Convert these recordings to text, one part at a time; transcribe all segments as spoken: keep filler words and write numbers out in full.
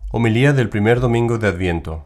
Homilía del primer domingo de Adviento.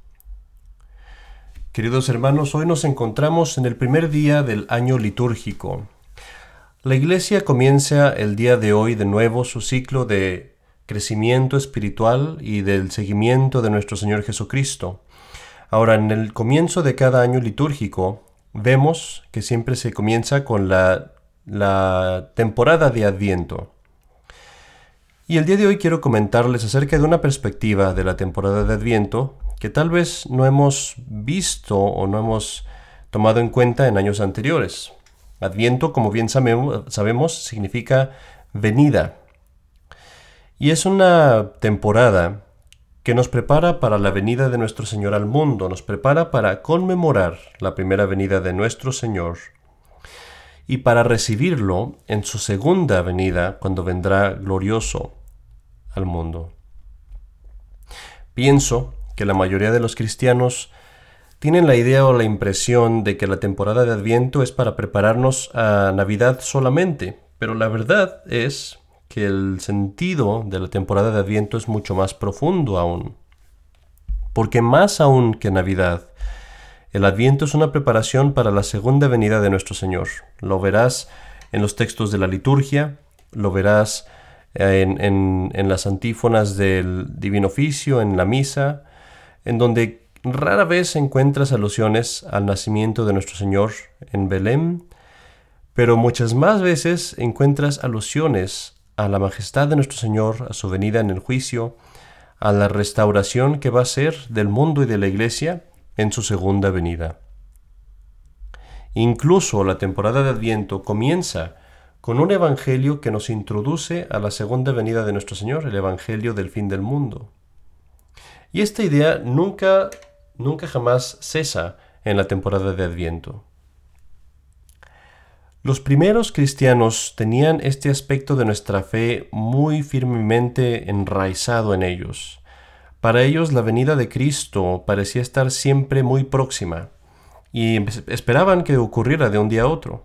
Queridos hermanos, hoy nos encontramos en el primer día del año litúrgico. La Iglesia comienza el día de hoy de nuevo su ciclo de crecimiento espiritual y del seguimiento de nuestro Señor Jesucristo. Ahora, en el comienzo de cada año litúrgico, vemos que siempre se comienza con la, la temporada de Adviento. Y el día de hoy quiero comentarles acerca de una perspectiva de la temporada de Adviento que tal vez no hemos visto o no hemos tomado en cuenta en años anteriores. Adviento, como bien sabemos, significa venida. Y es una temporada que nos prepara para la venida de nuestro Señor al mundo, nos prepara para conmemorar la primera venida de nuestro Señor y para recibirlo en su segunda venida cuando vendrá glorioso al mundo. Pienso que la mayoría de los cristianos tienen la idea o la impresión de que la temporada de Adviento es para prepararnos a Navidad solamente, pero la verdad es que el sentido de la temporada de Adviento es mucho más profundo aún. Porque más aún que Navidad, el Adviento es una preparación para la segunda venida de nuestro Señor. Lo verás en los textos de la liturgia, lo verás en, en, en las antífonas del Divino Oficio, en la misa, en donde rara vez encuentras alusiones al nacimiento de nuestro Señor en Belén, pero muchas más veces encuentras alusiones a la majestad de nuestro Señor, a su venida en el juicio, a la restauración que va a ser del mundo y de la Iglesia en su segunda venida. Incluso la temporada de Adviento comienza con un evangelio que nos introduce a la segunda venida de nuestro Señor, el evangelio del fin del mundo. Y esta idea nunca, nunca jamás cesa en la temporada de Adviento. Los primeros cristianos tenían este aspecto de nuestra fe muy firmemente enraizado en ellos. Para ellos la venida de Cristo parecía estar siempre muy próxima y esperaban que ocurriera de un día a otro.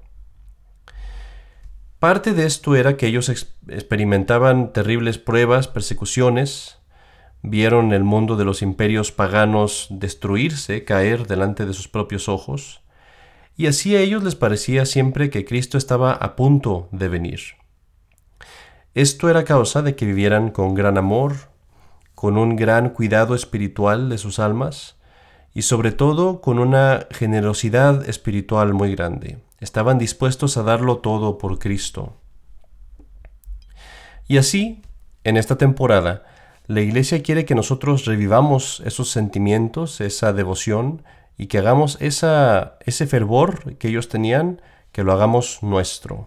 Parte de esto era que ellos ex- experimentaban terribles pruebas, persecuciones, vieron el mundo de los imperios paganos destruirse, caer delante de sus propios ojos, y así a ellos les parecía siempre que Cristo estaba a punto de venir. Esto era causa de que vivieran con gran amor, con un gran cuidado espiritual de sus almas y sobre todo con una generosidad espiritual muy grande. Estaban dispuestos a darlo todo por Cristo. Y así, en esta temporada, la Iglesia quiere que nosotros revivamos esos sentimientos, esa devoción, y que hagamos esa, ese fervor que ellos tenían, que lo hagamos nuestro.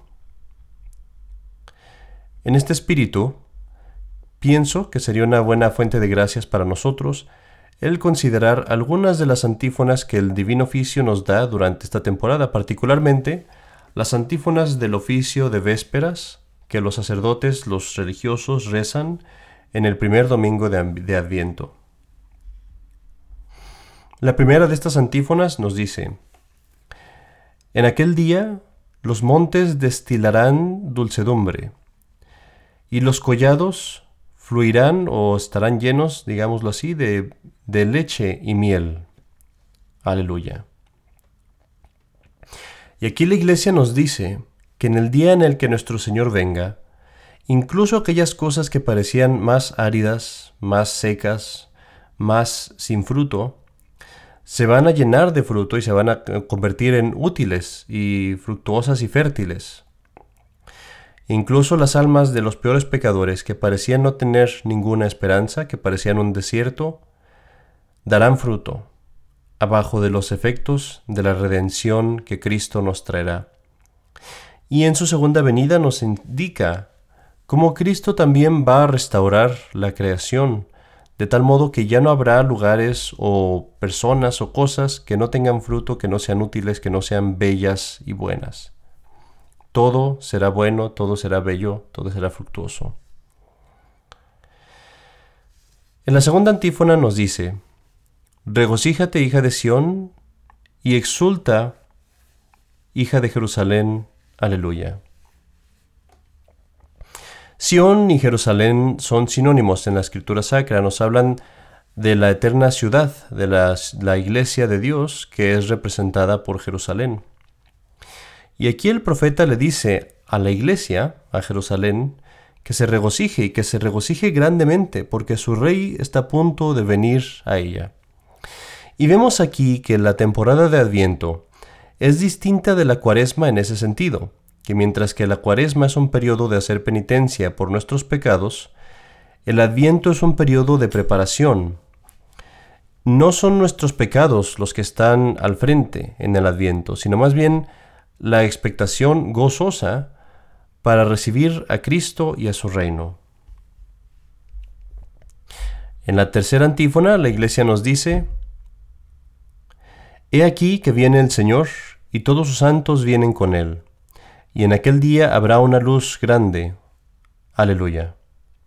En este espíritu, pienso que sería una buena fuente de gracias para nosotros el considerar algunas de las antífonas que el Divino Oficio nos da durante esta temporada, particularmente las antífonas del oficio de vésperas que los sacerdotes, los religiosos, rezan en el primer domingo de, de Adviento. La primera de estas antífonas nos dice: En aquel día los montes destilarán dulcedumbre, y los collados fluirán o estarán llenos, digámoslo así, de, de leche y miel. Aleluya. Y aquí la Iglesia nos dice que en el día en el que nuestro Señor venga, incluso aquellas cosas que parecían más áridas, más secas, más sin fruto, se van a llenar de fruto y se van a convertir en útiles y fructuosas y fértiles. Incluso las almas de los peores pecadores que parecían no tener ninguna esperanza, que parecían un desierto, darán fruto abajo de los efectos de la redención que Cristo nos traerá. Y en su segunda venida nos indica cómo Cristo también va a restaurar la creación, de tal modo que ya no habrá lugares o personas o cosas que no tengan fruto, que no sean útiles, que no sean bellas y buenas. Todo será bueno, todo será bello, todo será fructuoso. En la segunda antífona nos dice: Regocíjate, hija de Sión, y exulta, hija de Jerusalén. Aleluya. Sión y Jerusalén son sinónimos en la Escritura Sacra, nos hablan de la eterna ciudad, de la, la iglesia de Dios, que es representada por Jerusalén. Y aquí el profeta le dice a la iglesia, a Jerusalén, que se regocije y que se regocije grandemente, porque su rey está a punto de venir a ella. Y vemos aquí que la temporada de Adviento es distinta de la Cuaresma en ese sentido, que mientras que la Cuaresma es un periodo de hacer penitencia por nuestros pecados, el Adviento es un periodo de preparación. No son nuestros pecados los que están al frente en el Adviento, sino más bien la expectación gozosa para recibir a Cristo y a su reino. En la tercera antífona, la Iglesia nos dice: He aquí que viene el Señor, y todos sus santos vienen con él, y en aquel día habrá una luz grande. Aleluya.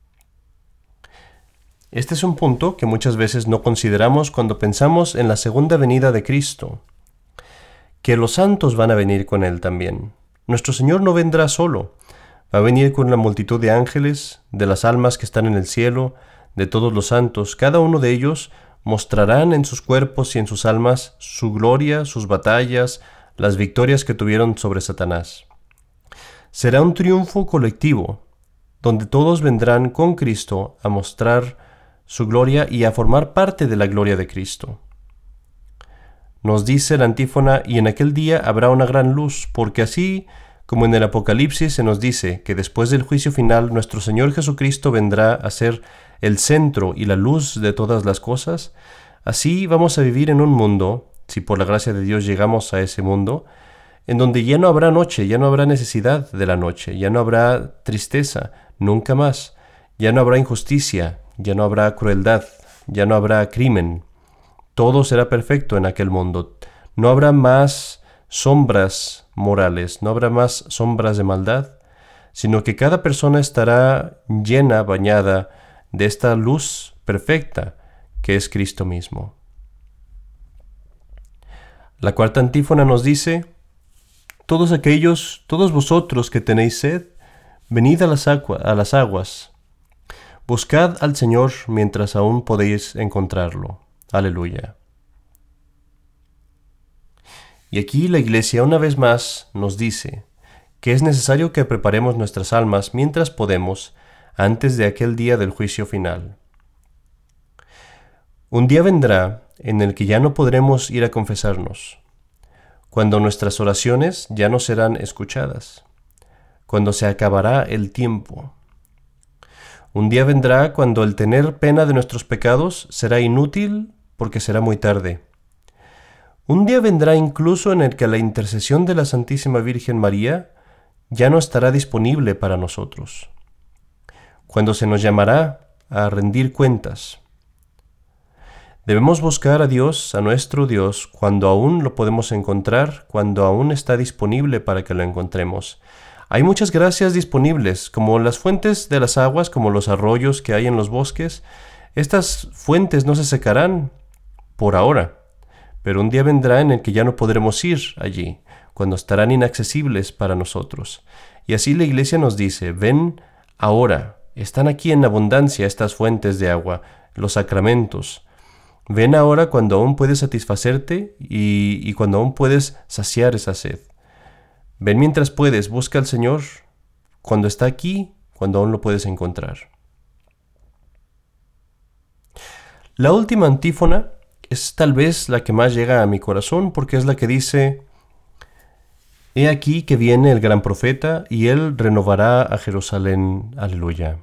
Este es un punto que muchas veces no consideramos cuando pensamos en la segunda venida de Cristo, que los santos van a venir con él también. Nuestro Señor no vendrá solo, va a venir con la multitud de ángeles, de las almas que están en el cielo, de todos los santos. Cada uno de ellos mostrarán en sus cuerpos y en sus almas su gloria, sus batallas, las victorias que tuvieron sobre Satanás. Será un triunfo colectivo, donde todos vendrán con Cristo a mostrar su gloria y a formar parte de la gloria de Cristo. Nos dice la antífona: y en aquel día habrá una gran luz, porque así como en el Apocalipsis se nos dice que después del juicio final nuestro Señor Jesucristo vendrá a ser el centro y la luz de todas las cosas, así vamos a vivir en un mundo, si por la gracia de Dios llegamos a ese mundo, en donde ya no habrá noche, ya no habrá necesidad de la noche, ya no habrá tristeza, nunca más, ya no habrá injusticia, ya no habrá crueldad, ya no habrá crimen. Todo será perfecto en aquel mundo. No habrá más sombras morales, no habrá más sombras de maldad, sino que cada persona estará llena, bañada de esta luz perfecta que es Cristo mismo. La cuarta antífona nos dice: Todos aquellos, todos vosotros que tenéis sed, venid a las, agua, a las aguas. Buscad al Señor mientras aún podéis encontrarlo. Aleluya. Y aquí la Iglesia una vez más nos dice que es necesario que preparemos nuestras almas mientras podemos, antes de aquel día del juicio final. Un día vendrá en el que ya no podremos ir a confesarnos, cuando nuestras oraciones ya no serán escuchadas, cuando se acabará el tiempo. Un día vendrá cuando el tener pena de nuestros pecados será inútil porque será muy tarde. Un día vendrá incluso en el que la intercesión de la Santísima Virgen María ya no estará disponible para nosotros, cuando se nos llamará a rendir cuentas. Debemos buscar a Dios, a nuestro Dios, cuando aún lo podemos encontrar, cuando aún está disponible para que lo encontremos. Hay muchas gracias disponibles, como las fuentes de las aguas, como los arroyos que hay en los bosques. Estas fuentes no se secarán por ahora, pero un día vendrá en el que ya no podremos ir allí, cuando estarán inaccesibles para nosotros. Y así la Iglesia nos dice: ven ahora, están aquí en abundancia estas fuentes de agua, los sacramentos. Ven ahora cuando aún puedes satisfacerte y, y cuando aún puedes saciar esa sed. Ven mientras puedes, busca al Señor cuando está aquí, cuando aún lo puedes encontrar. La última antífona es tal vez la que más llega a mi corazón, porque es la que dice: He aquí que viene el gran profeta, y él renovará a Jerusalén. Aleluya.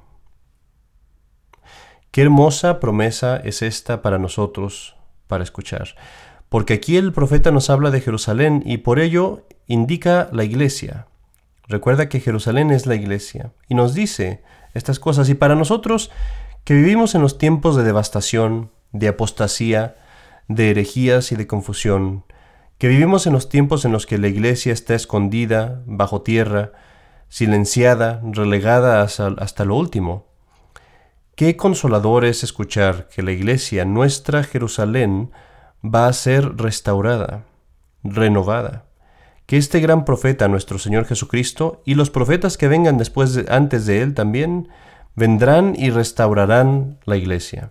Qué hermosa promesa es esta para nosotros, para escuchar. Porque aquí el profeta nos habla de Jerusalén y por ello indica la iglesia. Recuerda que Jerusalén es la iglesia y nos dice estas cosas. Y para nosotros que vivimos en los tiempos de devastación, de apostasía, de herejías y de confusión, que vivimos en los tiempos en los que la iglesia está escondida, bajo tierra, silenciada, relegada hasta, hasta lo último. Qué consolador es escuchar que la iglesia, nuestra Jerusalén, va a ser restaurada, renovada, que este gran profeta, nuestro Señor Jesucristo, y los profetas que vengan después de, antes de él también, vendrán y restaurarán la iglesia.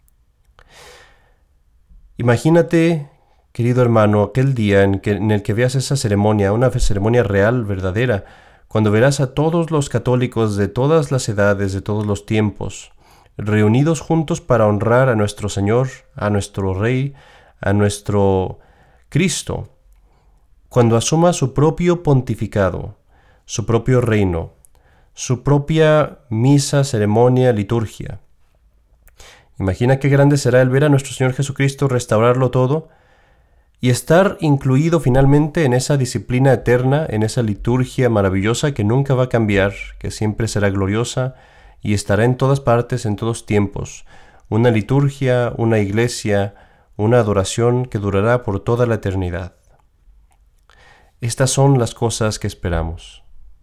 Imagínate, querido hermano, aquel día en, que, en el que veas esa ceremonia, una ceremonia real, verdadera, cuando verás a todos los católicos de todas las edades, de todos los tiempos, reunidos juntos para honrar a nuestro Señor, a nuestro Rey, a nuestro Cristo, cuando asuma su propio pontificado, su propio reino, su propia misa, ceremonia, liturgia. Imagina qué grande será el ver a nuestro Señor Jesucristo restaurarlo todo y estar incluido finalmente en esa disciplina eterna, en esa liturgia maravillosa que nunca va a cambiar, que siempre será gloriosa y estará en todas partes, en todos tiempos. Una liturgia, una iglesia, una adoración que durará por toda la eternidad. Estas son las cosas que esperamos.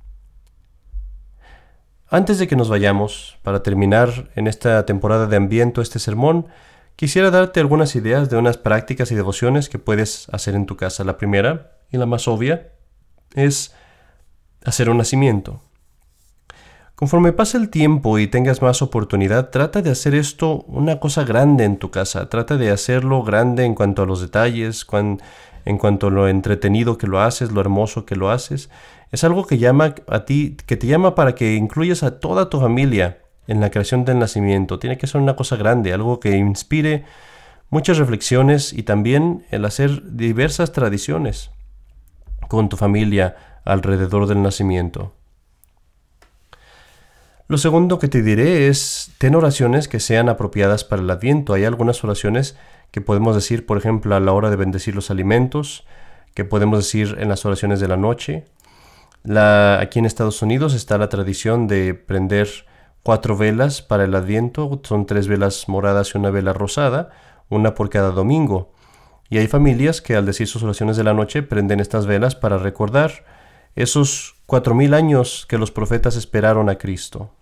Antes de que nos vayamos, para terminar en esta temporada de Adviento este sermón, quisiera darte algunas ideas de unas prácticas y devociones que puedes hacer en tu casa. La primera, y la más obvia, es hacer un nacimiento. Conforme pase el tiempo y tengas más oportunidad, trata de hacer esto una cosa grande en tu casa. Trata de hacerlo grande en cuanto a los detalles, cuan, en cuanto a lo entretenido que lo haces, lo hermoso que lo haces. Es algo que llama a ti, que te llama para que incluyas a toda tu familia en la creación del nacimiento. Tiene que ser una cosa grande, algo que inspire muchas reflexiones y también el hacer diversas tradiciones con tu familia alrededor del nacimiento. Lo segundo que te diré es, ten oraciones que sean apropiadas para el Adviento. Hay algunas oraciones que podemos decir, por ejemplo, a la hora de bendecir los alimentos, que podemos decir en las oraciones de la noche. La, aquí en Estados Unidos está la tradición de prender cuatro velas para el Adviento. Son tres velas moradas y una vela rosada, una por cada domingo. Y hay familias que al decir sus oraciones de la noche prenden estas velas para recordar esos cuatro mil años que los profetas esperaron a Cristo.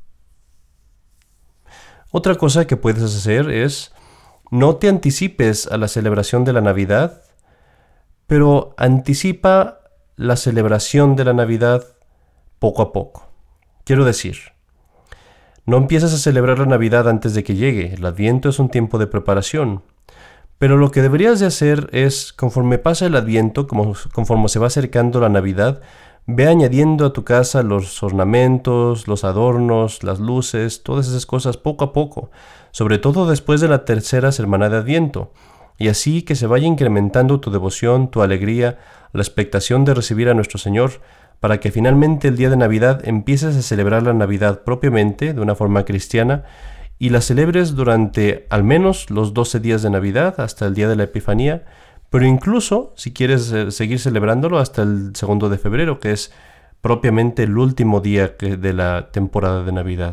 Otra cosa que puedes hacer es no te anticipes a la celebración de la Navidad, pero anticipa la celebración de la Navidad poco a poco. Quiero decir, no empieces a celebrar la Navidad antes de que llegue. El Adviento es un tiempo de preparación. Pero lo que deberías de hacer es, conforme pasa el Adviento, como, conforme se va acercando la Navidad, ve añadiendo a tu casa los ornamentos, los adornos, las luces, todas esas cosas poco a poco, sobre todo después de la tercera semana de Adviento, y así que se vaya incrementando tu devoción, tu alegría, la expectación de recibir a nuestro Señor, para que finalmente el día de Navidad empieces a celebrar la Navidad propiamente, de una forma cristiana, y la celebres durante al menos los doce días de Navidad, hasta el día de la Epifanía, pero incluso, si quieres eh, seguir celebrándolo, hasta el segundo de febrero, que es propiamente el último día que, de la temporada de Navidad.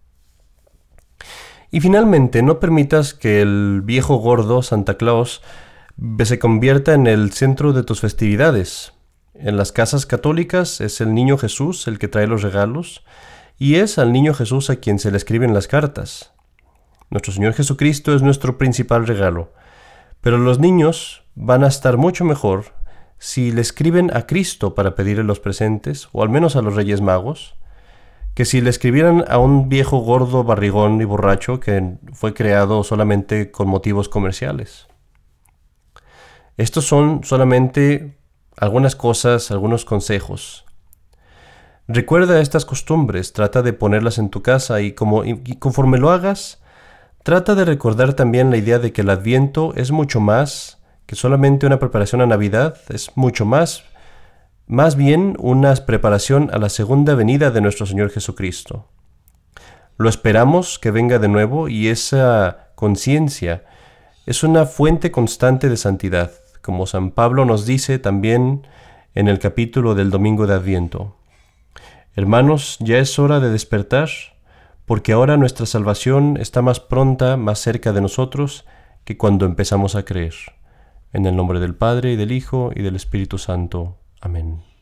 Y finalmente, no permitas que el viejo gordo Santa Claus se convierta en el centro de tus festividades. En las casas católicas es el niño Jesús el que trae los regalos, y es al niño Jesús a quien se le escriben las cartas. Nuestro Señor Jesucristo es nuestro principal regalo, pero los niños van a estar mucho mejor si le escriben a Cristo para pedirle los presentes, o al menos a los Reyes Magos, que si le escribieran a un viejo gordo, barrigón y borracho que fue creado solamente con motivos comerciales. Estos son solamente algunas cosas, algunos consejos. Recuerda estas costumbres, trata de ponerlas en tu casa y, como, y conforme lo hagas, trata de recordar también la idea de que el Adviento es mucho más que solamente una preparación a Navidad, es mucho más, más bien una preparación a la segunda venida de nuestro Señor Jesucristo. Lo esperamos que venga de nuevo y esa conciencia es una fuente constante de santidad, como San Pablo nos dice también en el capítulo del Domingo de Adviento. Hermanos, ya es hora de despertar, porque ahora nuestra salvación está más pronta, más cerca de nosotros, que cuando empezamos a creer. En el nombre del Padre, y del Hijo, y del Espíritu Santo. Amén.